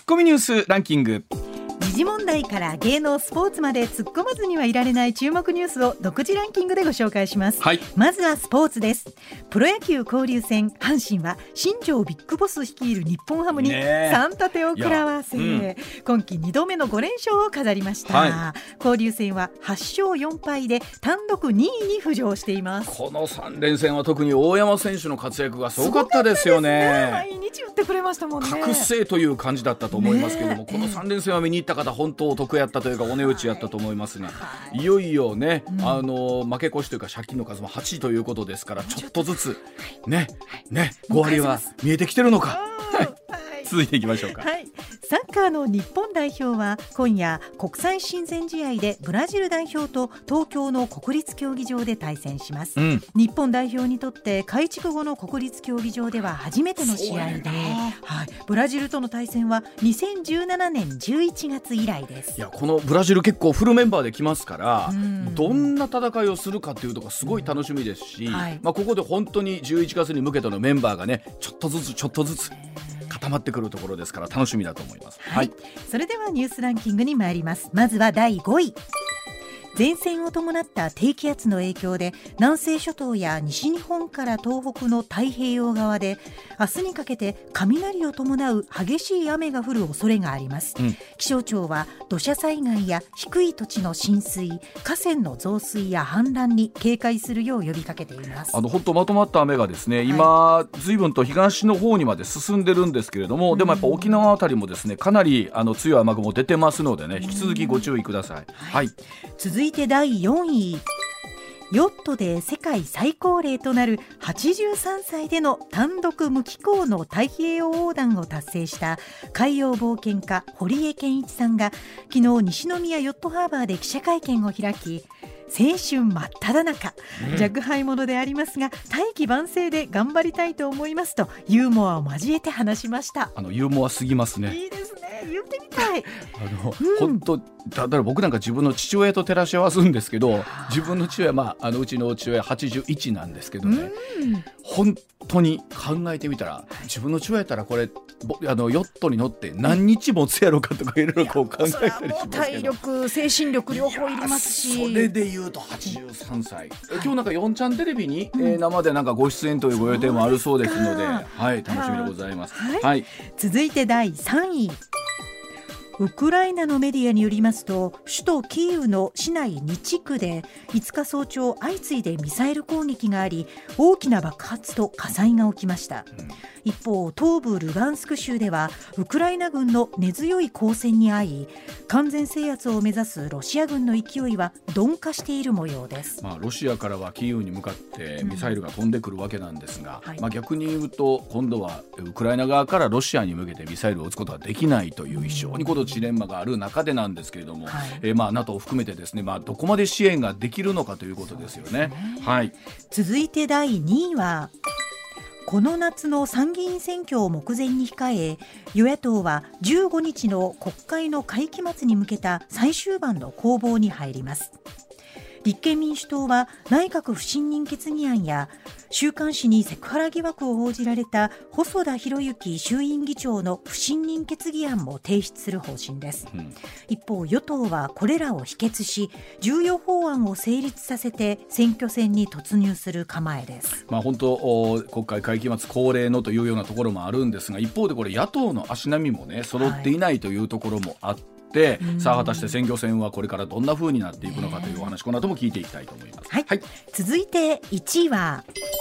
ッコミニュースランキング。 時事問題から芸能スポーツまで突っ込まずにはいられない注目ニュースを独自ランキングでご紹介します、 はい、 まずはスポーツです。プロ野球交流戦、阪神は新庄ビッグボス率いる日本ハムに3立てを食らわせ、今季2度目の5連勝を飾りました、はい、交流戦は8勝4敗で単独2位に浮上しています。 この3連戦は特に大山選手の活躍がすごかったですよね。 毎日打ってくれましたもんね。 覚醒という感じだったと思いますけども、この3連戦は見に行った方本当お得やったというかお値打ちやったと思いますね、いよいよね、負け越しというか借金の数も8ということですから、ちょっとずつね5割は見えてきてるのか続いていきましょうか、 はい、サッカーの日本代表は今夜国際親善試合でブラジル代表と東京の国立競技場で対戦します、日本代表にとって改築後の国立競技場では初めての試合で、ブラジルとの対戦は2017年11月以来です。 いや、このブラジル結構フルメンバーで来ますから、どんな戦いをするかというところすごい楽しみですし、ここで本当に11月に向けてのメンバーがねちょっとずつ固まってくるところですから楽しみだと思います、 それではニュースランキングに参ります。まずは第5位。前線を伴った低気圧の影響で南西諸島や西日本から東北の太平洋側で明日にかけて雷を伴う激しい雨が降る恐れがあります、気象庁は土砂災害や低い土地の浸水、河川の増水や氾濫に警戒するよう呼びかけています。 本当まとまった雨がですね今、随分と東の方にまで進んでるんですけれども、でもやっぱ沖縄あたりもですねかなり強い雨雲出てますのでね、引き続きご注意ください、 続いて第4位。ヨットで世界最高齢となる83歳での単独無寄港の太平洋横断を達成した海洋冒険家堀江謙一さんが昨日西宮ヨットハーバーで記者会見を開き、青春真っ只中、若輩者でありますが大器晩成で頑張りたいと思いますとユーモアを交えて話しました。 ユーモアすぎますね。 いいですね、言ってみたい。 本当だから僕なんか自分の父親と照らし合わすんですけど、自分の父親、うちの父親81なんですけどね、本当に考えてみたら自分の父親やったらこれヨットに乗って何日持つやろうかとかいろいろ考えたりしますけど、 体力精神力両方いりますし、 それでいうと83歳、今日なんか4ちゃんテレビに、生でなんかご出演というご予定もあるそうですので、楽しみでございます、 続いて第3位。ウクライナのメディアによりますと、首都キーウの市内2地区で5日早朝相次いでミサイル攻撃があり、大きな爆発と火災が起きました、一方東部ルガンスク州ではウクライナ軍の根強い抗戦に遭い、完全制圧を目指すロシア軍の勢いは鈍化している模様です、 ロシアからはキーウに向かってミサイルが飛んでくるわけなんですが、逆に言うと今度はウクライナ側からロシアに向けてミサイルを撃つことができないという非常にジレンマがある中でなんですけれども、NATO を含めてですね、どこまで支援ができるのかということですよね。 続いて第2位は、この夏の参議院選挙を目前に控え、与野党は15日の国会の会期末に向けた最終盤の攻防に入ります。立憲民主党は内閣不信任決議案や週刊誌にセクハラ疑惑を報じられた細田博之衆院議長の不信任決議案も提出する方針です、一方与党はこれらを否決し、重要法案を成立させて選挙戦に突入する構えです。 本当国会会期末恒例のというようなところもあるんですが、一方でこれ野党の足並みもね揃っていないというところもあって、さあ果たして選挙戦はこれからどんな風になっていくのかというお話、この後も聞いていきたいと思います。 続いて1位は、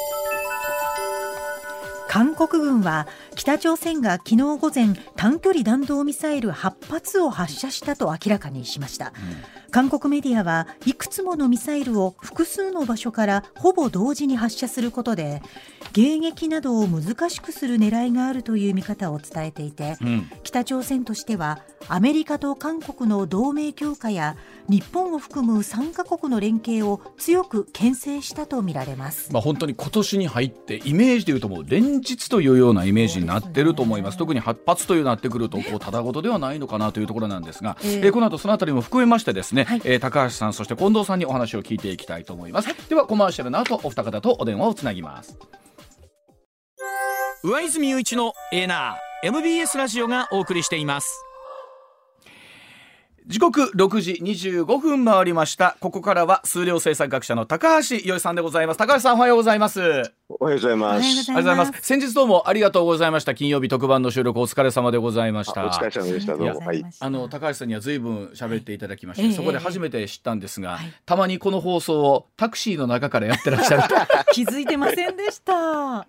韓国軍は北朝鮮が昨日午前短距離弾道ミサイル8発を発射したと明らかにしました、韓国メディアはいくつものミサイルを複数の場所からほぼ同時に発射することで迎撃などを難しくする狙いがあるという見方を伝えていて、北朝鮮としてはアメリカと韓国の同盟強化や日本を含む3カ国の連携を強く牽制したとみられます。 本当に今年に入ってイメージでいうともう連日というようなイメージになっていると思います。特に8発というなってくるとただごとではないのかなというところなんですが、この後そのあたりも含めましてですね、高橋さんそして近藤さんにお話を聞いていきたいと思います。ではコマーシャルの後お二方とお電話をつなぎます。 上泉雄一のエナー MBS ラジオがお送りしています。 時刻6時25分回りました。ここからは数量政策学者の高橋洋一さんでございます。高橋さん、おはようございます。 おはようございます。 ありがとうございます。先日どうもありがとうございました。金曜日特番の収録お疲れ様でございました。 お疲れ様でした。どうも。はい、 高橋さんには随分喋っていただきまして、そこで初めて知ったんですが、たまにこの放送をタクシーの中からやってらっしゃると気づいてませんでした。はい、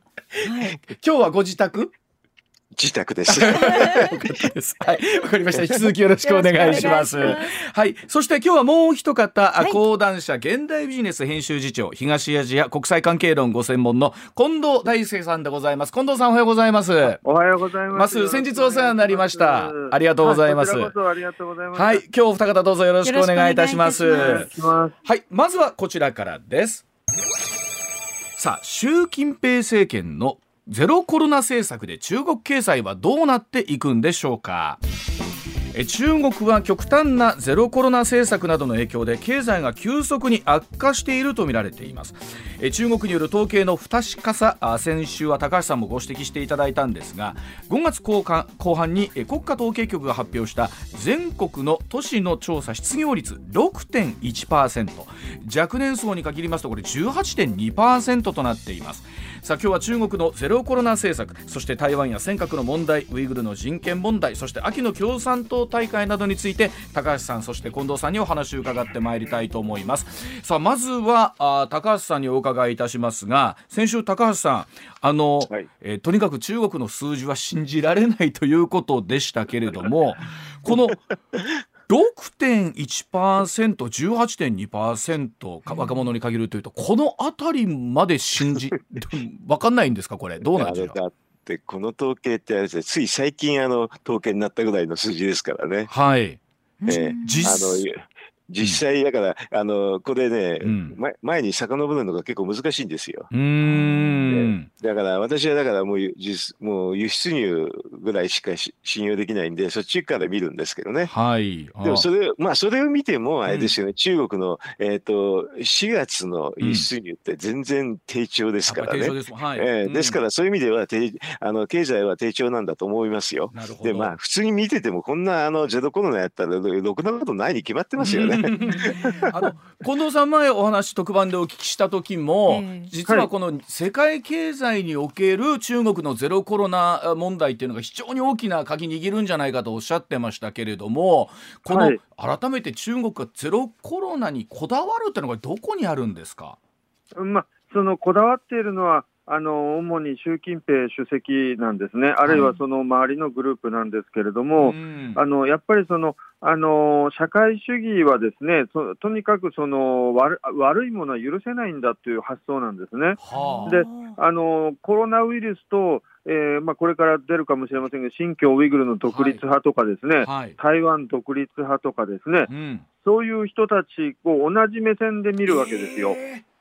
今日はご自宅？ 自宅です。 はい、わかりました。引き続きよろしくお願いします。はい、そして今日はもう一方、講談社現代ビジネス編集次長、東アジア国際関係論ご専門の近藤大輔さんでございます。近藤さん、おはようございます。 おはようございます。 先日お世話になりました。ありがとうございます。 こちらこそありがとうございます。 はい、今日お二方どうぞよろしくお願いいたします。 はい、 まずはこちらからです。さあ、習近平政権のゼロコロナ政策で中国経済はどうなっていくんでしょうか。中国は極端なゼロコロナ政策などの影響で経済が急速に悪化していると見られています。中国による統計の不確かさ、先週は高橋さんもご指摘していただいたんですが、5月後半に国家統計局が発表した全国の都市の調査失業率 6.1%、 若年層に限りますとこれ 18.2% となっています。さあ、今日は中国のゼロコロナ政策、そして台湾や尖閣の問題、ウイグルの人権問題、そして秋の共産党大会などについて高橋さん、そして近藤さんにお話を伺ってまいりたいと思います。さあ、まずは高橋さんにお伺いいたしますが、先週高橋さんとにかく中国の数字は信じられないということでしたけれども、この6.1%、18.2% 若者に限るというと、このあたりまで分かんないんですか、これどうなんですか。 だってこの統計ってあれですね、つい最近統計になったぐらいの数字ですからね。 はい、 実際だからこれね、前に遡るのが結構難しいんですよ。だから私はもう輸出入ぐらいしか信用できないんで、そっちから見るんですけどね。 はい、 でもそれを見てもあれですよね、中国の4月の輸出入って全然低調ですからね。ですからそういう意味では経済は低調なんだと思いますよ。で普通に見ててもこんなゼロコロナやったらろくなことないに決まってますよね。 近藤さん、前お話特番でお聞きした時も、実はこの世界経済における中国のゼロコロナ問題っていうのが非常に大きな鍵握るんじゃないかとおっしゃってましたけれども、この改めて中国がゼロコロナにこだわるっていうのがどこにあるんですか。 そのこだわっているのは主に習近平主席なんですね。あるいはその周りのグループなんですけれども、やっぱり社会主義はですね、とにかく悪いものは許せないんだという発想なんですね。で、コロナウイルスと、これから出るかもしれませんが、新疆ウイグルの独立派とかですね、台湾独立派とかですね、そういう人たちを同じ目線で見るわけですよ。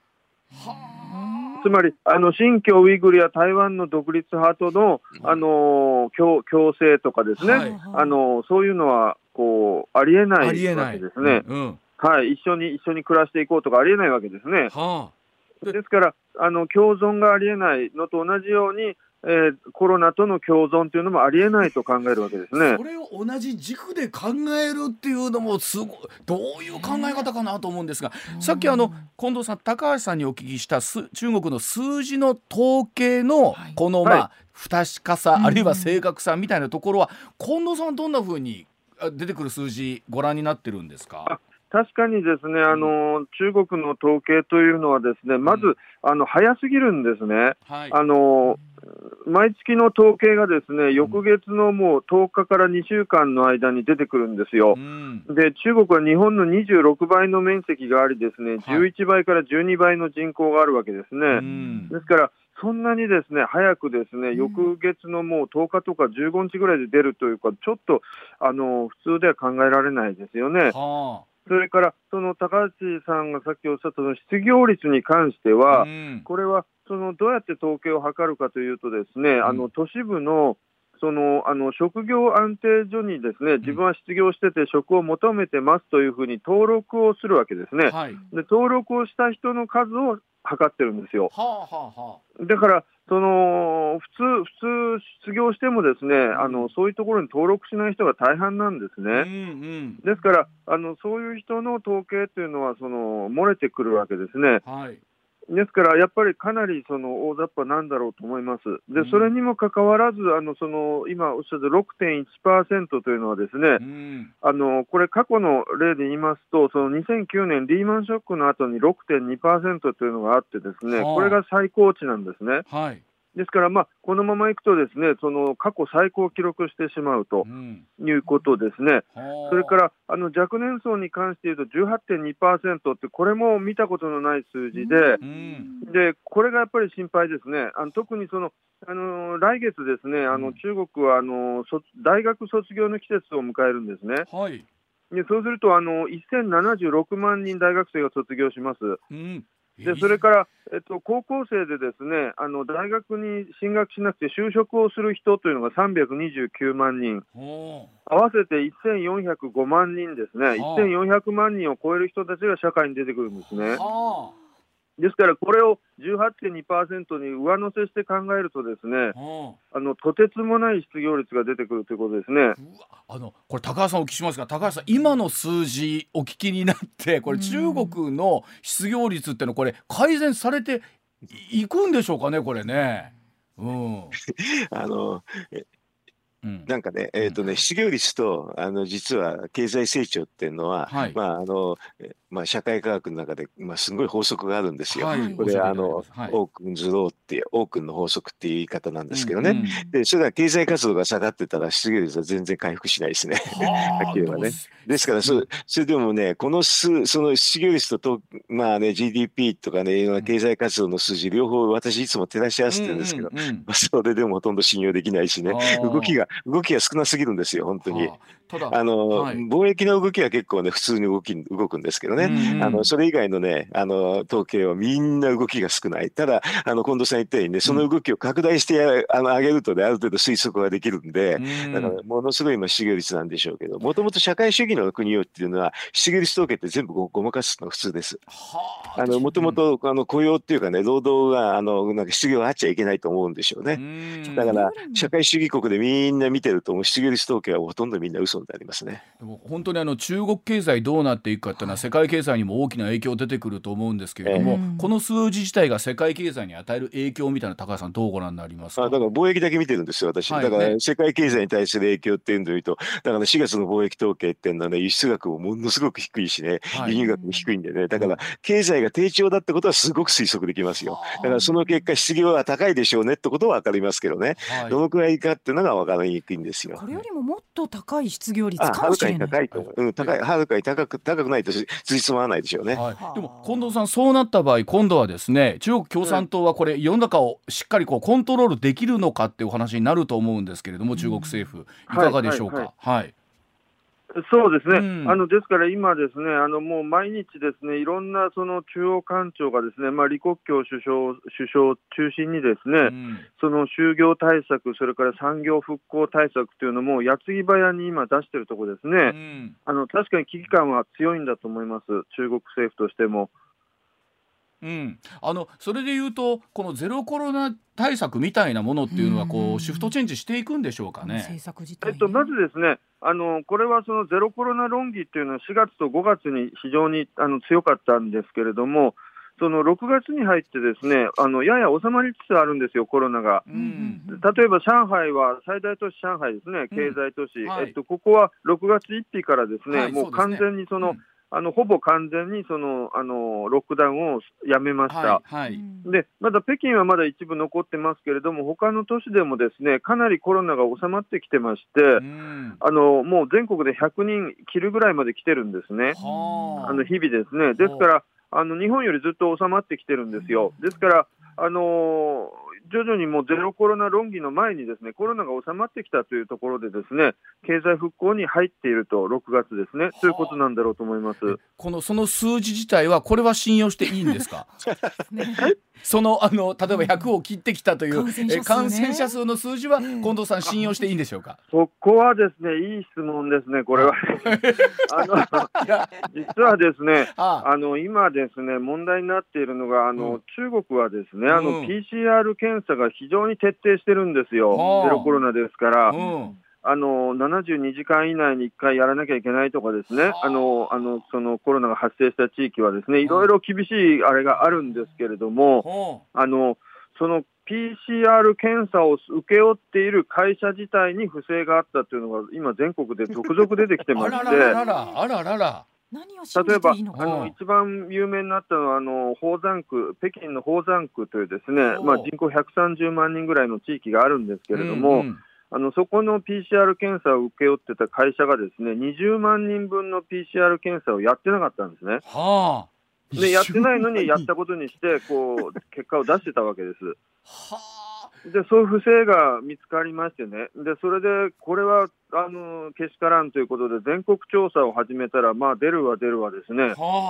つまり新疆ウイグルや台湾の独立派との、共生とかですね、そういうのはありえないわけですね。一緒に暮らしていこうとかありえないわけですね。ですから共存がありえないのと同じように、コロナとの共存というのもありえないと考えるわけですね。 それを同じ軸で考えるっていうのもすごい、どういう考え方かなと思うんですが、さっき近藤さん、高橋さんにお聞きした中国の数字の統計のこの不確かさ、あるいは正確さみたいなところは、近藤さんはどんな風に出てくる数字ご覧になってるんですか。 確かにですね、中国の統計というのはですね、まず早すぎるんですね。毎月の統計がですね、翌月のもう10日から2週間の間に出てくるんですよ。で、中国は日本の26倍の面積がありですね、11倍から12倍の人口があるわけですね。ですからそんなにですね早くですね、翌月のもう10日とか15日ぐらいで出るというか、ちょっと普通では考えられないですよね。それから高橋さんがさっきおっしゃった失業率に関しては、これはどうやって統計を測るかというとですね、都市部の職業安定所にですね、自分は失業してて職を求めてますというふうに登録をするわけですね。で、登録をした人の数を測ってるんですよ。だから普通失業してもですね、そういうところに登録しない人が大半なんですね。ですからそういう人の統計というのは漏れてくるわけですね。ですからやっぱりかなり大雑把なんだろうと思います。でそれにもかかわらず今おっしゃった 6.1% というのはですね、これ過去の例で言いますと2009年リーマンショックの後に 6.2% というのがあってですね、これが最高値なんですね。ですから、このままいくとですね、過去最高を記録してしまうということですね。それから若年層に関して言うと 18.2% ってこれも見たことのない数字で、これがやっぱり心配ですね。特に来月ですね、中国は大学卒業の季節を迎えるんですね。でそうすると1076万人大学生が卒業します。でそれから、高校生でですね大学に進学しなくて就職をする人というのが329万人、合わせて1405万人ですね。1400万人を超える人たちが社会に出てくるんですね。ですからこれを 18.2% に上乗せして考えるとですね、とてつもない失業率が出てくるということですね。 これ高橋さんお聞きしますが、高橋さん今の数字お聞きになって、これ中国の失業率ってのこれ改善されていくんでしょうかね、これね。 なんかね、失業率と実は経済成長っていうのは、社会科学の中で、すごい法則があるんですよ。これオークンズローってオークンの法則っていう言い方なんですけどね。でそれは経済活動が下がってたら失業率は全然回復しないですね。はっきり言えばね。ですからそれでもね、その失業率とGDP とかね、いろんな経済活動の数字両方私いつも照らし合わせてるんですけど、それでもほとんど信用できないしね、動きが少なすぎるんですよ、本当に。貿易の動きは結構ね普通に動くんですけどね、それ以外のね統計はみんな動きが少ない。ただ近藤さん言ったようにね、その動きを拡大して上げるとね、ある程度推測ができるんで、だからものすごい今失業率なんでしょうけど、もともと社会主義の国っていうのは失業率統計って全部ごまかすのが普通です。もともと雇用っていうかね、労働がなんか失業があっちゃいけないと思うんでしょうね。だから社会主義国でみんな見てるともう失業率統計はほとんどみんな嘘になりますね。 でも本当に中国経済どうなっていくかっていうのは世界経済にも大きな影響出てくると思うんですけれども、この数字自体が世界経済に与える影響みたいな、高橋さんどうご覧になりますか？ だから貿易だけ見てるんですよ私。だから世界経済に対する影響っていうのを言うと、だから4月の貿易統計っていうのはね、輸出額もものすごく低いしね、輸入額も低いんでね、だから経済が低調だってことはすごく推測できますよ。だからその結果失業は高いでしょうねってことは分かりますけどね、どのくらいかっていうのが分かりにくいんですよ。 これよりももっと高い失業率かもしれない。 はるかに高いと思う。はるかに高くないと実も合わないでしょうね。 でも近藤さん、そうなった場合今度はですね、中国共産党はこれ世の中をしっかりコントロールできるのかっていうお話になると思うんですけれども、中国政府いかがでしょうか？ そうですね、ですから今ですね、もう毎日ですね、いろんな中央官庁がですね、李克強首相を中心にですね、その就業対策、それから産業復興対策というのも矢継ぎ早に今出しているところですね。確かに危機感は強いんだと思います、中国政府としても。 それでいうとこのゼロコロナ対策みたいなものっていうのはシフトチェンジしていくんでしょうかね。 政策自体ね。 まずですね、これはそのゼロコロナ論議っていうのは4月と5月に非常に強かったんですけれども、その6月に入ってですね、やや収まりつつあるんですよ、コロナが。例えば上海は最大都市上海ですね、経済都市、ここは6月1日からですね、もう完全にほぼ完全にロックダウンをやめました。でまだ北京はまだ一部残ってますけれども、他の都市でもですね、かなりコロナが収まってきてまして、もう全国で100人切るぐらいまで来てるんですね、日々ですね。ですから日本よりずっと収まってきてるんですよ。ですから徐々にもうゼロコロナ論議の前にですね、コロナが収まってきたというところでですね、経済復興に入っていると、6月ですね、そういうことなんだろうと思います。 その数字自体はこれは信用していいんですか？例えば100を切ってきたという感染者数の数字は近藤さん信用していいんでしょうか？ そこはですね、いい質問ですね、これは。実はですね、今ですね、問題になっているのが中国はですね、PCR 検検査が非常に徹底してるんですよ。ゼロコロナですから。72時間以内に1回やらなきゃいけないとかですね、そのコロナが発生した地域はですね、いろいろ厳しいあれがあるんですけれども、その PCR 検査を請け負っている会社自体に不正があったというのが今全国で続々出てきてまして、例えば一番有名になったのは北京の宝山区というですね、人口130万人ぐらいの地域があるんですけれども、そこの PCR 検査を請け負ってた会社がですね、20万人分の PCR 検査をやってなかったんですね。でやってないのにやったことにして結果を出してたわけです。でそういう不正が見つかりましてね、でそれでこれはけしからんということで全国調査を始めたら、出るわですね。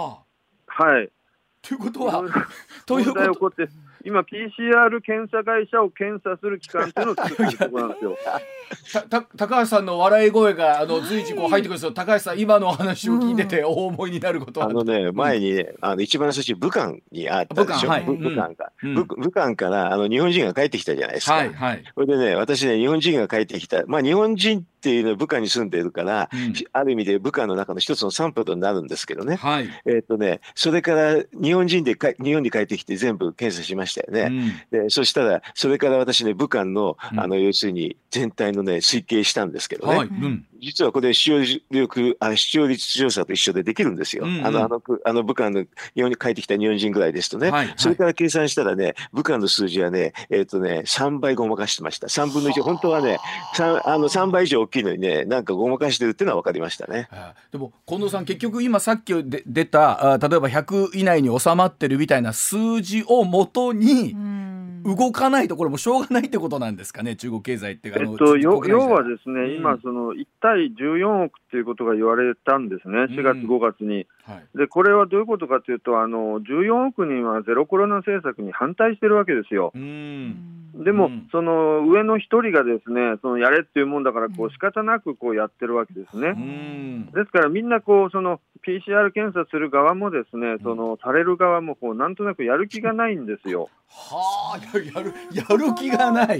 ということは問題起こって、今 PCR 検査会社を検査する機関というのを作っているところなんですよ。 高橋さんの笑い声が随時入ってくるんですよ。高橋さん、今のお話を聞いててお思いになることは前にね、一番最初武漢にあったでしょ。武漢から日本人が帰ってきたじゃないですか。それでね、私ね、日本人が帰ってきた、日本人っていうのは武漢に住んでいるから、ある意味で武漢の中の一つのサンプルになるんですけどね。それから日本に帰ってきて全部検査しましたよね。でそしたらそれから私ね、武漢の要するに全体のね推計したんですけどね、実はこれ視聴率調査と一緒でできるんですよ。武漢の日本に帰ってきた日本人ぐらいですとね、それから計算したらね、武漢の数字はね、3倍ごまかしてました。3分の1、本当はね、3倍以上大きいのにね、なんかごまかしてるっていうのは分かりましたね。 でも近藤さん、結局今さっき出た例えば100以内に収まってるみたいな数字をもとに動かないとこれもしょうがないってことなんですかね、中国経済って。 要はですね、今1対14億っていうことが言われたんですね、4月5月に。でこれはどういうことかというと、14億人はゼロコロナ政策に反対してるわけですよ。でもその上の一人がですね、やれっていうもんだから仕方なくやってるわけですね。ですからみんなその PCR 検査する側もですね、される側もなんとなくやる気がないんですよ。 やる気がない。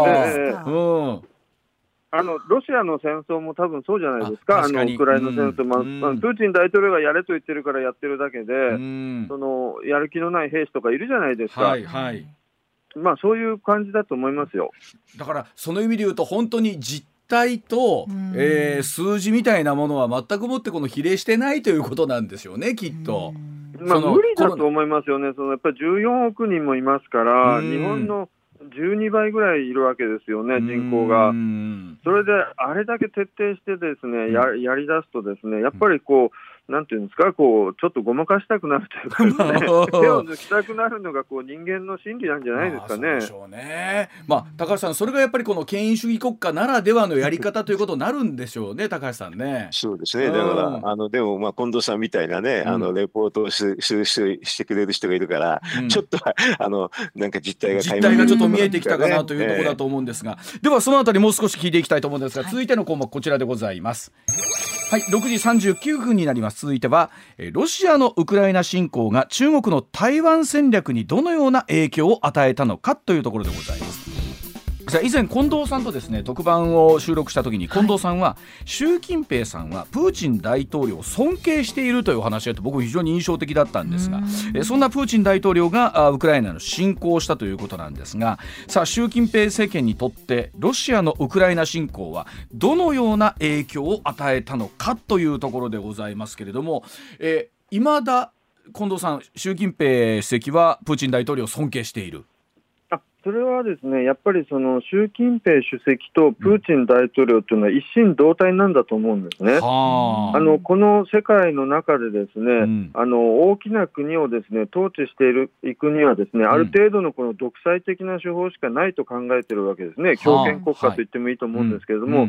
ロシアの戦争も多分そうじゃないですか。ウクライナ戦争、プーチン大統領がやれと言ってるからやってるだけで、やる気のない兵士とかいるじゃないですか。そういう感じだと思いますよ。 だからその意味で言うと、本当に実態と、数字みたいなものは全くもって比例してないということなんですよね、きっと。 無理だと思いますよね。やっぱり14億人もいますから、日本の12倍ぐらいいるわけですよね、人口が。それであれだけ徹底してですね、やりだすとですね、やっぱりなんていうんですか、ちょっとごまかしたくなるというかですね、手を抜きたくなるのが人間の心理なんじゃないですかね。 そうでしょうね。高橋さん、それがやっぱり権威主義国家ならではのやり方ということになるんでしょうね、高橋さんね。 そうですね。だからでも近藤さんみたいなね、レポートをしてくれる人がいるから、ちょっとなんか実態がちょっと見えてきたかなというところだと思うんですが、ではそのあたりもう少し聞いていきたいと思うんですが、続いての項目こちらでございます。6時39分になります。続いてはロシアのウクライナ侵攻が中国の台湾戦略にどのような影響を与えたのかというところでございます。以前近藤さんとですね特番を収録した時に、近藤さんは、習近平さんはプーチン大統領を尊敬しているというお話があって、僕非常に印象的だったんですが、そんなプーチン大統領がウクライナの侵攻をしたということなんですが、さあ習近平政権にとってロシアのウクライナ侵攻はどのような影響を与えたのかというところでございますけれども、未だ近藤さん、習近平主席はプーチン大統領を尊敬している。 それはですね、やっぱり習近平主席とプーチン大統領というのは一心同体なんだと思うんですね。この世界の中でですね、大きな国をですね統治していくにはですね、ある程度の独裁的な手法しかないと考えているわけですね。強権国家と言ってもいいと思うんですけれども、つ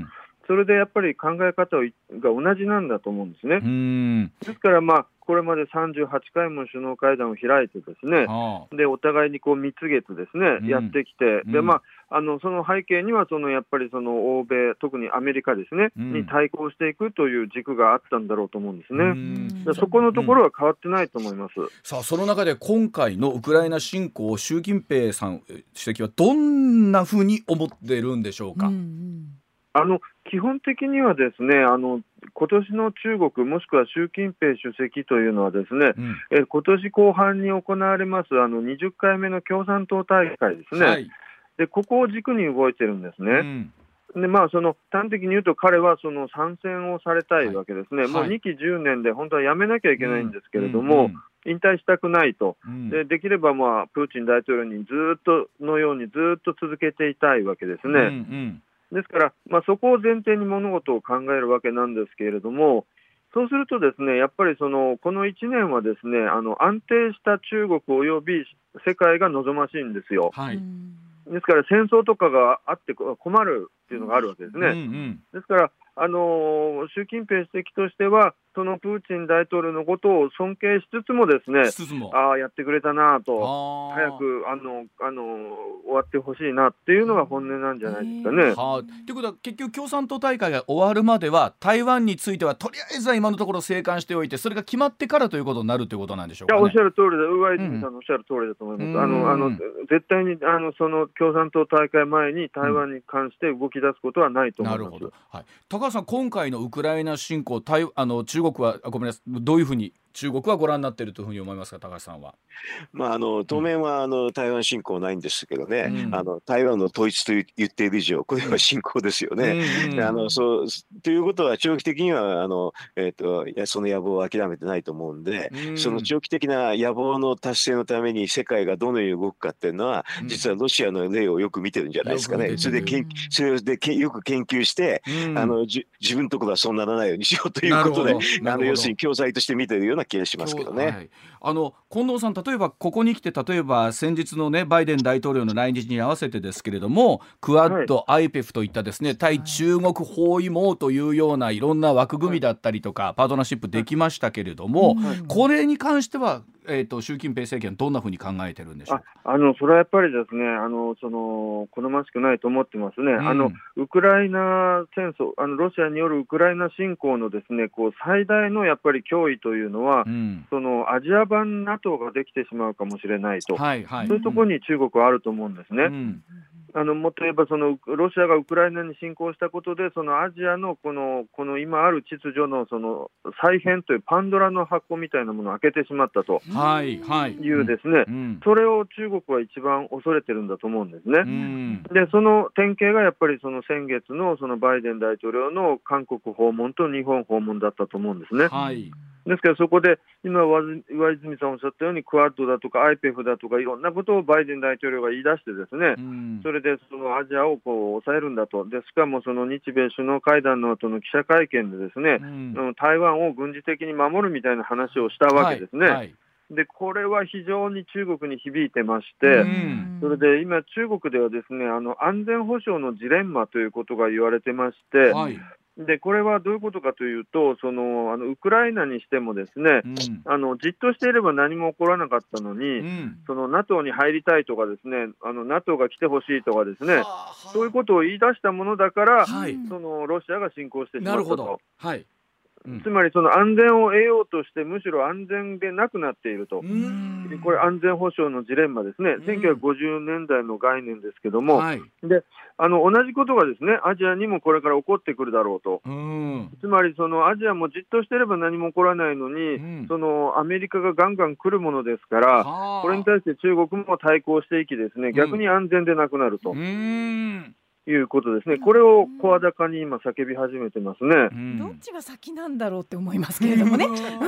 それでやっぱり考え方が同じなんだと思うんですね。ですからこれまで38回も首脳会談を開いてですね、でお互いに蜜月ですね、やってきて、でその背景にはやっぱり欧米、特にアメリカですね、に対抗していくという軸があったんだろうと思うんですね。そこのところは変わってないと思います。 さあその中で今回のウクライナ侵攻を習近平さん主席はどんなふうに思っているんでしょうか。 基本的にはですね、今年の中国もしくは習近平主席というのはですね、今年後半に行われます20回目の共産党大会ですね、でここを軸に動いてるんですね。で端的に言うと彼は参戦をされたいわけですね。もう2期10年で本当はやめなきゃいけないんですけれども、引退したくないと、できればプーチン大統領にずっとのようにずっと続けていたいわけですね。ですから、そこを前提に物事を考えるわけなんですけれども、そうするとですね、やっぱりこの1年はですね、安定した中国および世界が望ましいんですよ。ですから戦争とかがあって困るっていうのがあるわけですね。ですから習近平主席としてはそのプーチン大統領のことを尊敬しつつもですね、やってくれたなと、早く終わってほしいなっていうのが本音なんじゃないですかね。 ということは結局共産党大会が終わるまでは台湾についてはとりあえずは今のところ静観しておいて、それが決まってからということになるということなんでしょうかね。 おっしゃる通りで、上泉さんのおっしゃる通りだと思います。絶対にその共産党大会前に台湾に関して動き出すことはないと思います。なるほど。 高橋さん、今回のウクライナ侵攻、中国はごめんなさい、どういうふうに中国はご覧になっているというふうに思いますか、高橋さんは。 当面は台湾侵攻ないんですけどね、台湾の統一と言っている以上これは侵攻ですよね。ということは長期的にはその野望を諦めてないと思うんで、その長期的な野望の達成のために世界がどのように動くかっていうのは、実はロシアの例をよく見てるんじゃないですかね。それでよく研究して、自分のところはそうならないようにしようということで、要するに教材として見てるような気がしますけどね。 近藤さん、例えばここに来て、例えば先日のねバイデン大統領の来日に合わせてですけれども、クアッド、IPEF といったですね、対中国包囲網というようないろんな枠組みだったりとか、パートナーシップできましたけれども、これに関しては習近平政権どんなふうに考えてるんでしょうか。 それはやっぱりですね、好ましくないと思ってますね。ウクライナ戦争、ロシアによるウクライナ侵攻のですね、最大のやっぱり脅威というのは、アジア版 NATO ができてしまうかもしれないと、そういうところに中国はあると思うんですね。もっと言えばロシアがウクライナに侵攻したことで、アジアのこの今ある秩序の再編というパンドラの箱みたいなものを開けてしまったというですね、それを中国は一番恐れてるんだと思うんですね。でその典型がやっぱり先月のバイデン大統領の韓国訪問と日本訪問だったと思うんですね。ですからそこで今上泉さんおっしゃったようにクアッドだとか IPEF だとかいろんなことをバイデン大統領が言い出してですね、それでアジアを抑えるんだと。でしかも日米首脳会談の後の記者会見でですね、台湾を軍事的に守るみたいな話をしたわけですね。でこれは非常に中国に響いてまして、それで今中国ではですね、安全保障のジレンマということが言われてまして、でこれはどういうことかというと、ウクライナにしてもですね、じっとしていれば何も起こらなかったのに、NATO に入りたいとかですね、NATO が来てほしいとかですね、そういうことを言い出したものだから、ロシアが侵攻してしまったと。つまり安全を得ようとしてむしろ安全でなくなっていると。これ安全保障のジレンマですね。1950年代の概念ですけども、で同じことがですねアジアにもこれから起こってくるだろうと。つまりアジアもじっとしてれば何も起こらないのに、アメリカがガンガン来るものですから、これに対して中国も対抗していきですね、逆に安全でなくなると。いうことですね。これを声高に今叫び始めてますね。 どっちが先なんだろうって思いますけれどもね。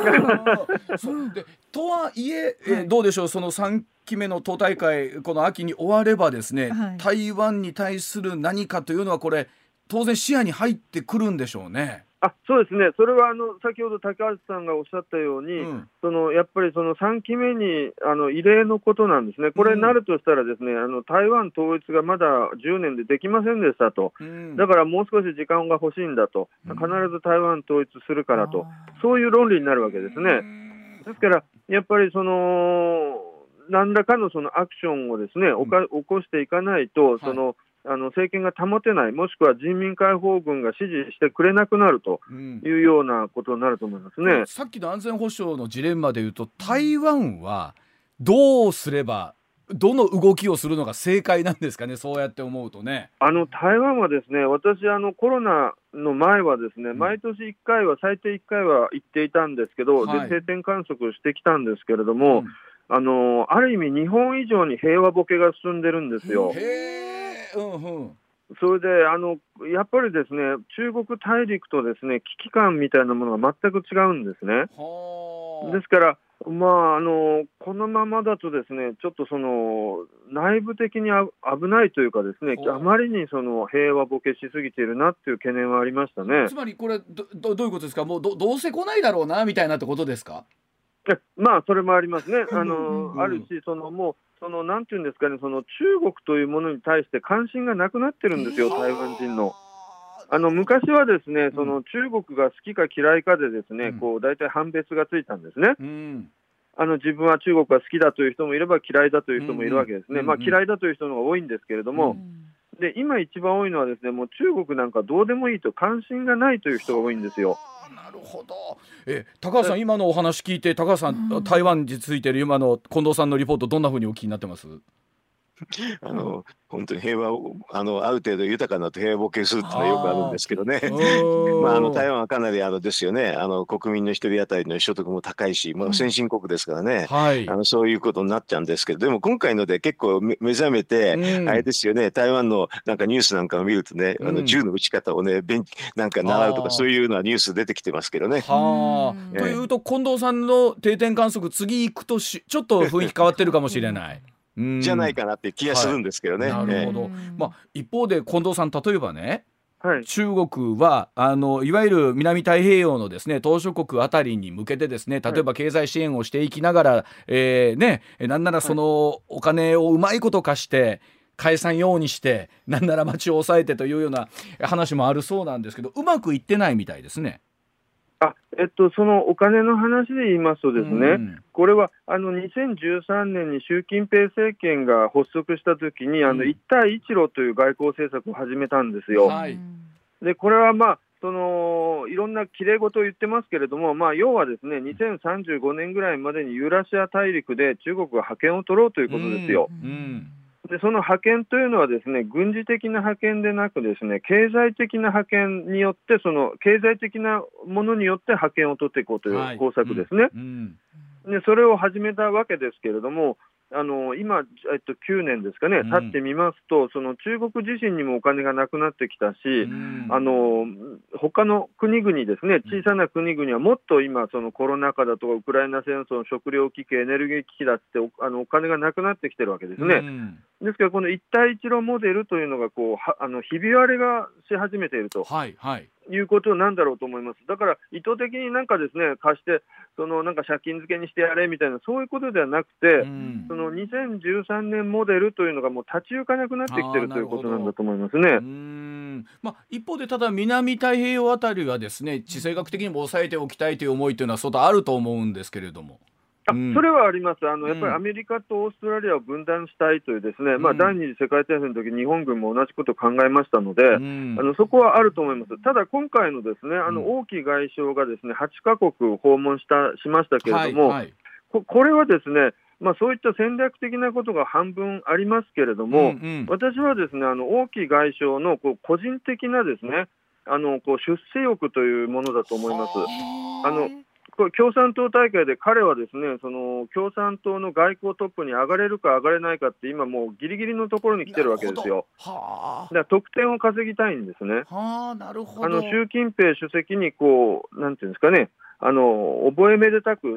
とはいえ、どうでしょう、3期目の党大会この秋に終わればですね、台湾に対する何かというのはこれ当然視野に入ってくるんでしょうね。 そうですね、それは先ほど高橋さんがおっしゃったように、やっぱりその3期目に異例のことなんですね。これになるとしたらですね、台湾統一がまだ10年でできませんでしたと、だからもう少し時間が欲しいんだと、必ず台湾統一するからと、そういう論理になるわけですね。ですからやっぱり何らかのそのアクションをですね、起こしていかないと、政権が保てない、もしくは人民解放軍が支持してくれなくなるというようなことになると思いますね。 さっきの安全保障のジレンマでいうと、台湾はどうすれば、どの動きをするのが正解なんですかね、そうやって思うとね。 台湾はですね、私コロナの前はですね、毎年1回は最低1回は行っていたんですけど、で定点観測してきたんですけれども、ある意味日本以上に平和ボケが進んでるんですよ。それでやっぱりですね、中国大陸とですね、危機感みたいなものが全く違うんですね。ですからこのままだとですね、ちょっと内部的に危ないというかですね、あまりに平和ボケしすぎているなっていう懸念はありましたね。 つまりこれどういうことですか。もうどうせ来ないだろうなみたいなってことですか。 それもありますね。あるし、もうなんていうんですかね、中国というものに対して関心がなくなってるんですよ、台湾人の。昔はですね、中国が好きか嫌いかでですね、大体判別がついたんですね。自分は中国が好きだという人もいれば嫌いだという人もいるわけですね。嫌いだという人の方が多いんですけれども、で今一番多いのはですね、もう中国なんかどうでもいいと、関心がないという人が多いんですよ。 なるほど。高橋さん、今のお話聞いて、高橋さん、台湾についている今の近藤さんのリポート、どんなふうにお聞きになってます？ 本当に平和をある程度豊かなと平和ボケするっていうのはよくあるんですけどね。台湾はかなりですよね。国民の一人当たりの所得も高いし、先進国ですからね、そういうことになっちゃうんですけど、でも今回ので結構目覚めて、あれですよね、台湾のなんかニュースなんかを見るとね、銃の撃ち方をねなんか習うとか、そういうのはニュース出てきてますけどね。 というと、近藤さんの定点観測、次行くとちょっと雰囲気変わってるかもしれない。 じゃないかなって気がするんですけどね。 なるほど。一方で近藤さん、例えばね、中国はいわゆる南太平洋のですね、島しょ国あたりに向けてですね、例えば経済支援をしていきながら、なんならそのお金をうまいこと貸して返さんようにして、なんなら町を抑えてというような話もあるそうなんですけど、うまくいってないみたいですね。 そのお金の話で言いますとですね、これは2013年に習近平政権が発足したときに一帯一路という外交政策を始めたんですよ。でこれはいろんなきれい事を言ってますけれども、要はですね、2035年ぐらいまでにユーラシア大陸で中国が覇権を取ろうということですよ。でその覇権というのはですね、軍事的な覇権でなくですね、経済的な覇権によって、経済的なものによって覇権を取っていこうという工作ですね。でそれを始めたわけですけれども、今、9年ですかね、経ってみますと、中国自身にもお金がなくなってきたし、他の国々ですね、小さな国々はもっと今、コロナ禍だとかウクライナ戦争の食糧危機、エネルギー危機だってお金がなくなってきてるわけですね。ですから、この一帯一路モデルというのがひび割れがし始めていると。いうことなんだろうと思います。だから意図的になんかですね、貸してなんか借金付けにしてやれみたいな、そういうことではなくて、2013年モデルというのがもう立ち行かなくなってきているということなんだと思いますね。 一方で、ただ南太平洋あたりはですね、地政学的にも抑えておきたいという思いというのは相当あると思うんですけれども。 それはあります。やっぱりアメリカとオーストラリアを分断したいというですね、第二次世界大戦の時日本軍も同じことを考えましたので、そこはあると思います。ただ今回のですね、王毅外相がですね、8カ国訪問しましたけれども、これはですね、そういった戦略的なことが半分ありますけれども、私はですね、王毅外相の個人的なですね、出世欲というものだと思います。これ共産党大会で彼はですね、共産党の外交トップに上がれるか上がれないかって、今もうギリギリのところに来てるわけですよ。だから得点を稼ぎたいんですね。習近平主席になんていうんですかね、覚えめでたくし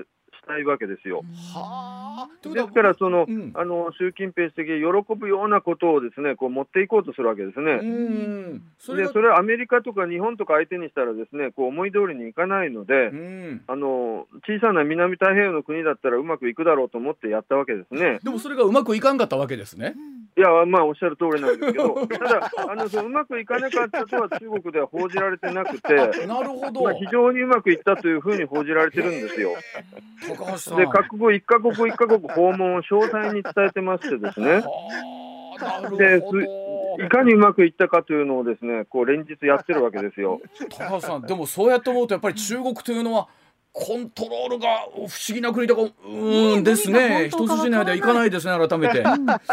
したいわけですよ。 はあ、 ですから習近平主席が喜ぶようなことをですね、こう持っていこうとするわけですね。それはアメリカとか日本とか相手にしたらですね、こう思い通りにいかないので、小さな南太平洋の国だったらうまくいくだろうと思ってやったわけですね。 でもそれがうまくいかんかったわけですね。 いや、まあおっしゃる通りなんですけど、ただうまくいかなかったとは中国では報じられてなくて、 なるほど、 非常にうまくいったというふうに報じられてるんですよ。 高橋さんで、各国一カ国訪問を詳細に伝えてましてですね。で、いかにうまくいったかというのをですね、こう連日やってるわけですよ。 高橋さん、でもそうやって思うとやっぱり中国というのはコントロールが不思議な国とかですね。一筋縄ではいかないですね、改めて。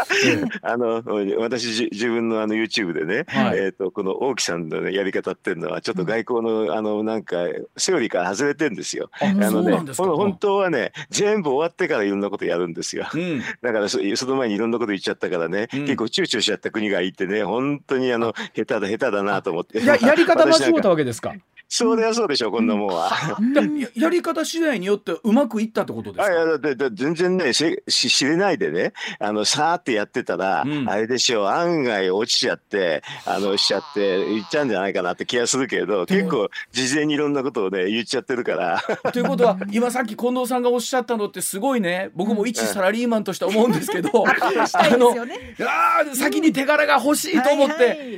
私自分のYouTube でね、この王毅さんの、ね、やり方っていうのはちょっと外交のなんかセオリーから外れてるんですよ。本当はね、全部終わってからいろんなことやるんですよ。だからその前にいろんなこと言っちゃったからね、結構躊躇しちゃった国がいてね、本当に下手だなと思って。 やり方間違ったわけですか。 それはそうでしょう、こんなもんは。 やり方次第によってうまくいったってことですか。 全然ね、知れないでね、さーってやってたら、あれでしょう、案外落ちちゃって、しちゃって、言っちゃうんじゃないかなって気がするけど、結構、事前にいろんなことをね、言っちゃってるから。 ということは、今さっき近藤さんがおっしゃったのってすごいね、僕も一サラリーマンとして思うんですけど、先に手柄が欲しいと思って、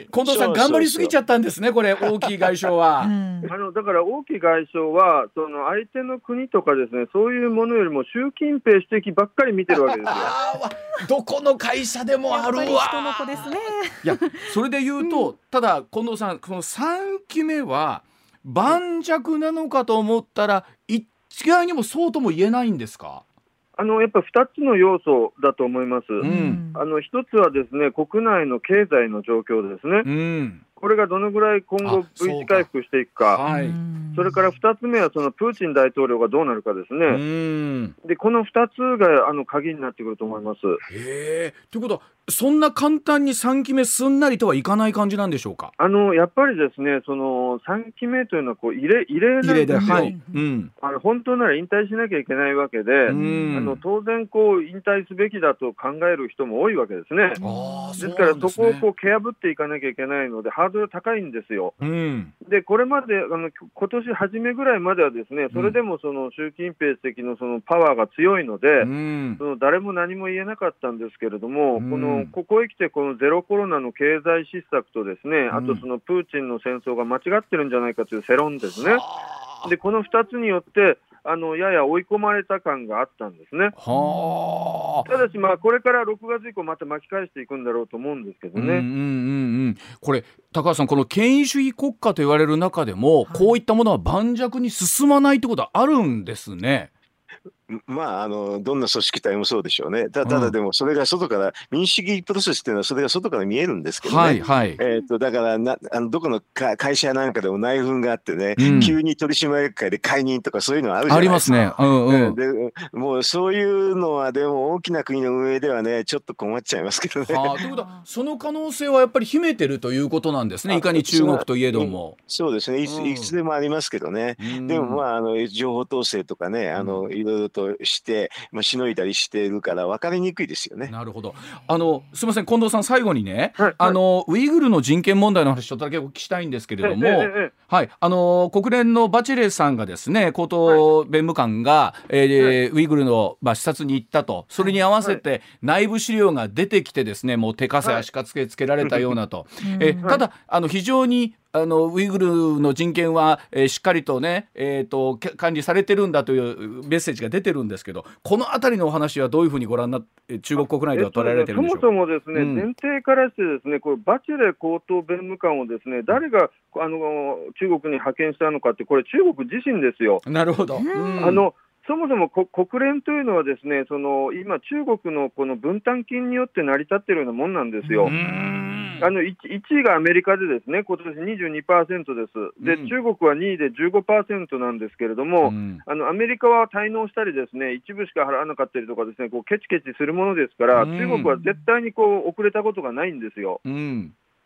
近藤さん頑張りすぎちゃったんですね、これ、王毅外相は。 だから王毅外相はその相手の国とかですね、そういうものよりも習近平主席ばっかり見てるわけですよ。 どこの会社でもあるわ。 人の子ですね。 いや、それで言うと、ただ近藤さん、この3期目は盤石なのかと思ったら一概にもそうとも言えないんですか。 やっぱ2つの要素だと思います。一つはですね、国内の経済の状況ですね。これがどのぐらい今後 V 字回復していくか。それから2つ目はそのプーチン大統領がどうなるかですね。で、この2つが鍵になってくると思います。 ということは、そんな簡単に3期目すんなりとはいかない感じなんでしょうか。 やっぱりですね、その3期目というのはこう異例なんですよ。本当なら引退しなきゃいけないわけで、当然こう引退すべきだと考える人も多いわけですね。ですからそこをこう蹴破っていかなきゃいけないので、ハードル高いんですよ。で、これまで今年初めぐらいまではですね、それでもその習近平主席のそのパワーが強いので、その誰も何も言えなかったんですけれども、ここへ来てこのゼロコロナの経済失策とですね、あとそのプーチンの戦争が間違ってるんじゃないかという世論ですね。で、この2つによってやや追い込まれた感があったんですね。ただし、これから6月以降また巻き返していくんだろうと思うんですけどね。 これ高橋さん、この権威主義国家と言われる中でも、こういったものは盤石に進まないってことはあるんですね。 どんな組織体もそうでしょうね。ただでもそれが外から民主主義プロセスっていうのはそれが外から見えるんですけどね。だからどこの会社なんかでも内紛があってね、急に取締役会で解任とかそういうのはあるじゃないですか。 ありますね。 でもうそういうのはでも大きな国の運営ではねちょっと困っちゃいますけどね。 ということはその可能性はやっぱり秘めてるということなんですね。いかに中国といえども。 そうですね。いつでもありますけどね。でも情報統制とかね、いろいろとして、しのいだりしているから分かりにくいですよね。 なるほど。すみません、近藤さん、最後にね、ウイグルの人権問題の話ちょっとだけお聞きしたいんですけれども、国連のバチェレさんがですね、高等弁務官が、ウイグルの、視察に行ったと、それに合わせて内部資料が出てきてですね、もう手かせ足かつけられたようなと、ただ非常にウイグルの人権は、しっかりとね、管理されてるんだというメッセージが出てるんですけど、このあたりのお話はどういうふうにご覧になって中国国内では捉えられてるんでしょうか。 そもそもですね、前提からしてですね、これバチェレ高等弁務官をですね、誰が中国に派遣したのかって、これ中国自身ですよ。 なるほど。 そもそも国連というのはですね、今中国のこの分担金によって成り立っているようなもんなんですよ。1位がアメリカでですね、今年 22% です。で、中国は2位で 15% なんですけれども、アメリカは滞納したりですね、一部しか払わなかったりとかですね、ケチケチするものですから、中国は絶対に遅れたことがないんですよ。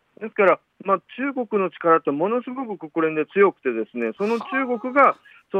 ですから、中国の力ってものすごく国連で強くてですね、その中国がし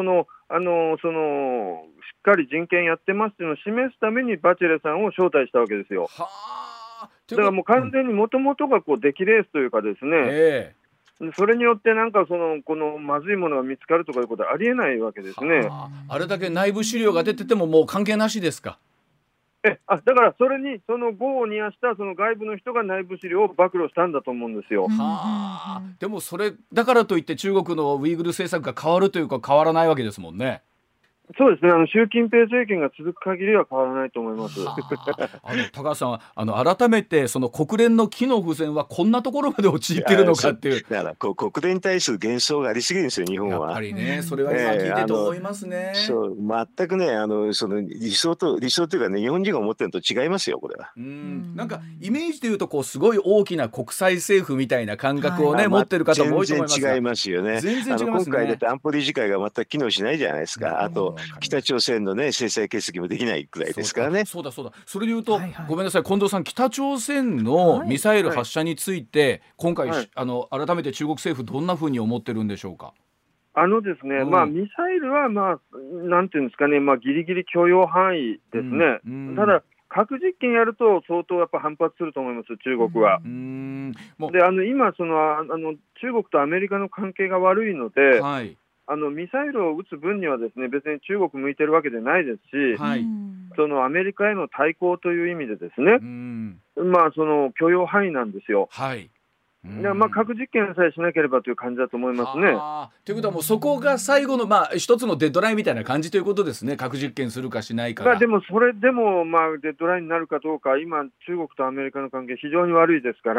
っかり人権やってますというのを示すためにバチェレさんを招待したわけですよ。だからもう完全にもともとが出来レースというかですね、それによってこのまずいものが見つかるとかいうことはありえないわけですね。 あれだけ内部資料が出ててももう関係なしですか。 だからそれにその業を煮やしたその外部の人が内部資料を暴露したんだと思うんですよ。 でもそれだからといって中国のウイグル政策が変わるというか変わらないわけですもんね。 そうですね、習近平政権が続く限りは変わらないと思います。 高橋さんは改めてその国連の機能不全はこんなところまで陥っているのかっていう。 だから国連に対する幻想がありすぎるんですよ、日本は。 やっぱりね、それは今聞いてと思いますね。 そう全くね、その理想というかね、日本人が思ってるのと違いますよ、これは。 なんかイメージでいうとすごい大きな国際政府みたいな感覚をね、持ってる方も多いと思いますが、 全然違いますよね。 全然違いますね。 今回だって安保理事会が全く機能しないじゃないですか。あと北朝鮮のね制裁決議もできないくらいですからね。 そうだそれでいうと、ごめんなさい近藤さん、北朝鮮のミサイル発射について、今回、改めて中国政府どんなふうに思ってるんでしょうか。 ですね、ミサイルはなんていうんですかね、ギリギリ許容範囲ですね。ただ核実験やると相当やっぱ反発すると思います、中国は。で今中国とアメリカの関係が悪いので、ミサイルを撃つ分にはですね、別に中国向いてるわけでないですし、そのアメリカへの対抗という意味でですね、その許容範囲なんですよ。核実験さえしなければという感じだと思いますね。 ということはもうそこが最後の一つのデッドラインみたいな感じということですね。核実験するかしないかが。 でもそれでもデッドラインになるかどうか、今中国とアメリカの関係非常に悪いですから、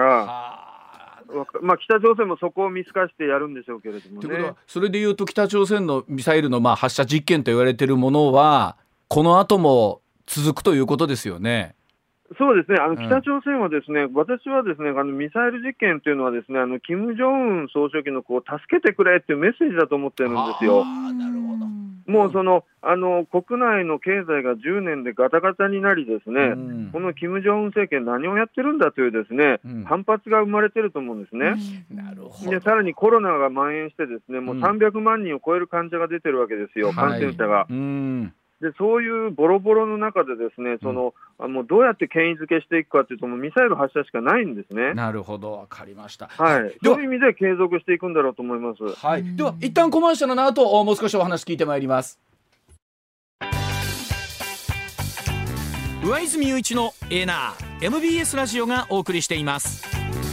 北朝鮮もそこを見透かしてやるんでしょうけれどもね。 ということはそれでいうと北朝鮮のミサイルの発射実験と言われているものはこの後も続くということですよね。 そうですね、北朝鮮はですね、私はですね、ミサイル実験というのはですね、金正恩総書記の助けてくれっていうメッセージだと思ってるんですよ。 なるほど。 もう国内の経済が10年でガタガタになりですね、この金正恩政権何をやってるんだというですね、反発が生まれてると思うんですね。 なるほど。 でさらにコロナが蔓延してですね、もう300万人を超える患者が出てるわけですよ、感染者が。でそういうボロボロの中でですね、もうどうやって権威づけしていくかというと、もうミサイル発射しかないんですね。 なるほど、わかりました。 そういう意味で継続していくんだろうと思います。 では一旦コマーシャルの後もう少しお話聞いてまいります。 上泉雄一のエナー MBS ラジオがお送りしています。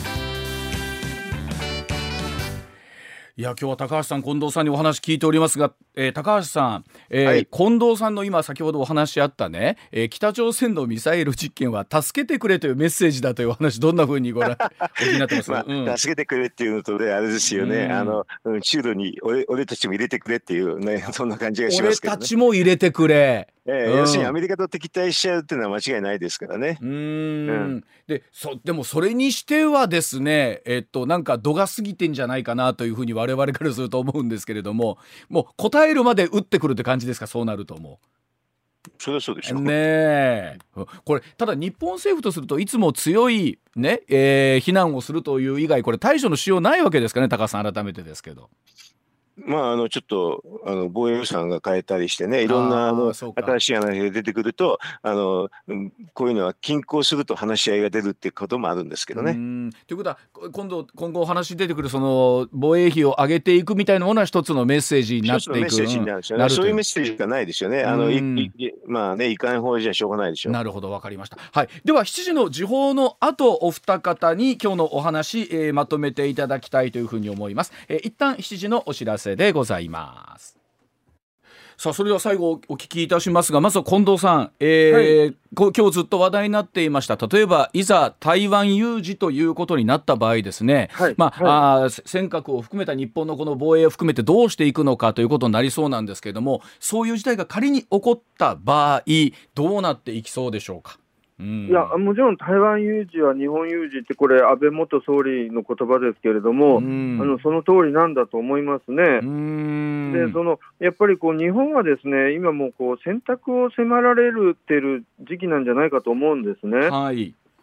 いや今日は高橋さん近藤さんにお話聞いておりますが、高橋さん、近藤さんの今先ほどお話あったね、北朝鮮のミサイル実験は助けてくれというメッセージだというお話、どんなふうにお気になってますか。 助けてくれっていうのとね、あれですよね、中路に俺たちも入れてくれっていうね、そんな感じがしますけどね。 俺たちも入れてくれ、 要するにアメリカと敵対しちゃうっていうのは間違いないですからね。 でもそれにしてはですね、なんか度が過ぎてんじゃないかなというふうに我々からすると思うんですけれども、もう答えるまで打ってくるって感じですか。そうなるともうそれはそうでしょうね。これただ日本政府とするといつも強いね、非難をするという以外これ対処のしようないわけですかね。高橋さん改めてですけど。 ちょっと防衛予算が変えたりしてね、いろんな新しい話が出てくるとこういうのは均衡すると話し合いが出るっていうこともあるんですけどね。 ということは今後お話出てくるその防衛費を上げていくみたいなものは一つのメッセージになっていく。 一つのメッセージになるんですよね。そういうメッセージがないですよね。いかん方じゃしょうがないでしょう。 なるほど、わかりました。では7時の時報の後お二方に今日のお話、まとめていただきたいというふうに思います。一旦7時のお知らせでございます。さあそれでは最後お聞きいたしますが、まずは近藤さん、今日ずっと話題になっていました、例えばいざ台湾有事ということになった場合ですね、尖閣を含めた日本のこの防衛を含めてどうしていくのかということになりそうなんですけれども、そういう事態が仮に起こった場合どうなっていきそうでしょうか。 いやもちろん台湾有事は日本有事ってこれ安倍元総理の言葉ですけれども、その通りなんだと思いますね。でやっぱり日本はですね今もう選択を迫られてる時期なんじゃないかと思うんですね。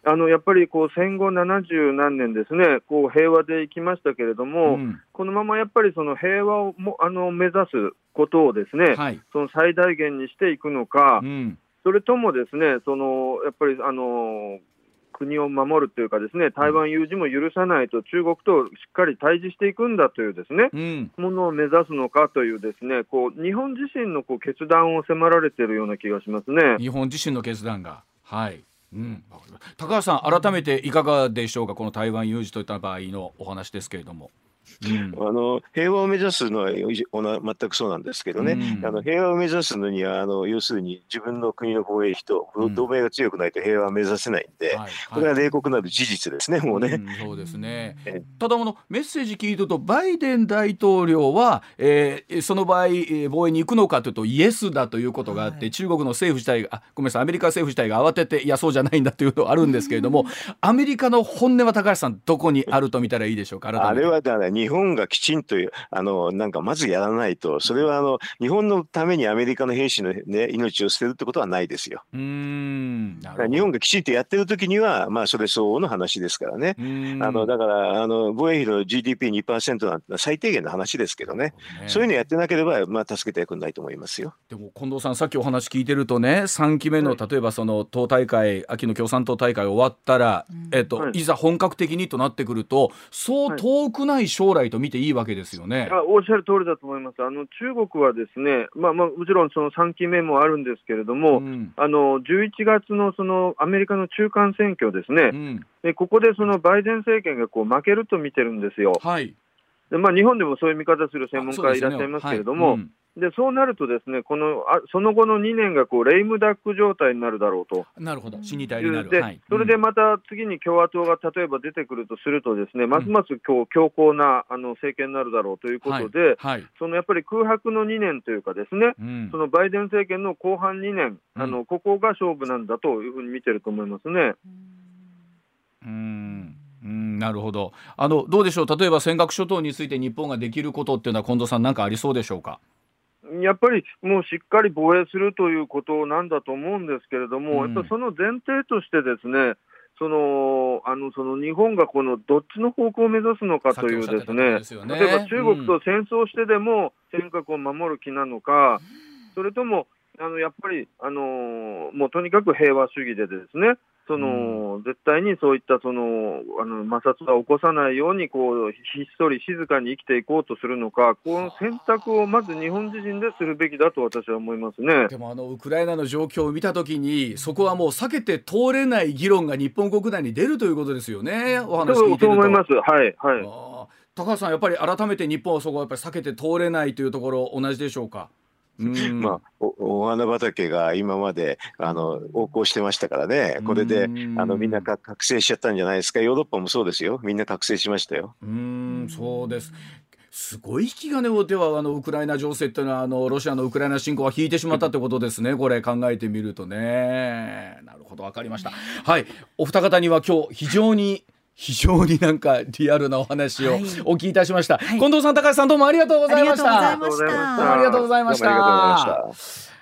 やっぱりこう戦後70何年ですね、こう平和でいきましたけれども、このままやっぱりその平和を目指すことをですね、その最大限にしていくのか、それともですね、やっぱり国を守るというかですね、台湾有事も許さないと中国としっかり対峙していくんだというですね、ものを目指すのかというですね、こう日本自身のこう決断を迫られているような気がしますね。 日本自身の決断が、高橋さん、改めていかがでしょうか、この台湾有事といった場合のお話ですけれども。 平和を目指すのは全くそうなんですけどね、平和を目指すのには要するに自分の国の防衛費と同盟が強くないと平和を目指せないんで、これは冷酷なる事実ですね、もうね。 そうですね。ただメッセージ聞いてるとバイデン大統領は、その場合防衛に行くのかというとイエスだということがあって、中国の政府自体がごめんなさいアメリカ政府自体が慌てていやそうじゃないんだというのがあるんですけれども、アメリカの本音は高橋さんどこにあると見たらいいでしょうか。 あれはだから日本がきちんとなんかまずやらないと、それは日本のためにアメリカの兵士の、ね、命を捨てるってことはないですよ。日本がきちんとやってる時にはそれ相応の話ですからね。だから防衛費の GDP2% なんて最低限の話ですけどね、そういうのやってなければ助けてくれないと思いますよ。 でも近藤さん、さっきお話聞いてるとね、3期目の例えばその党大会、秋の共産党大会終わったら、いざ本格的にとなってくるとそう遠くない将来と見ていいわけですよね。 おっしゃる通りだと思います。中国はですね、もちろんその3期目もあるんですけれども、11月のそのアメリカの中間選挙ですね、ここでそのバイデン政権がこう負けると見てるんですよ。で日本でもそういう見方する専門家いらっしゃいますけれども、そうなるとですね、その後の2年がこうレイムダック状態になるだろうと。 なるほど、死に対になる。 それでまた次に共和党が例えば出てくるとするとですね、ますます強硬な政権になるだろうということで、やっぱり空白の2年というかですね、そのバイデン政権の後半2年、ここが勝負なんだというふうに見てると思いますね。 なるほど。どうでしょう、例えば尖閣諸島について日本ができることっていうのは近藤さん何かありそうでしょうか。 やっぱりもうしっかり防衛するということなんだと思うんですけれども、やっぱりその前提としてですね、その日本がこのどっちの方向を目指すのかというですね、例えば中国と戦争してでも尖閣を守る気なのか、それともやっぱりもうとにかく平和主義でですね、絶対にそういった摩擦は起こさないようにこうひっそり静かに生きていこうとするのか、この選択をまず日本自身でするべきだと私は思いますね。 でもウクライナの状況を見たときに、そこはもう避けて通れない議論が日本国内に出るということですよね。お話聞いてると。 そう思います。 高橋さん、やっぱり改めて日本はそこはやっぱり避けて通れないというところ同じでしょうか。 お花畑が今まで横行してましたからね、これでみんな覚醒しちゃったんじゃないですか。ヨーロッパもそうですよ、みんな覚醒しましたよ。 そうです。すごい引き金をではウクライナ情勢っていうのはロシアのウクライナ侵攻は引いてしまったってことですね。これ考えてみるとね。なるほど、分かりました。お二方には今日非常になんかリアルなお話をお聞きいたしました。近藤さん、高橋さん、どうもありがとうございました。 ありがとうございました。 ありがとうございました。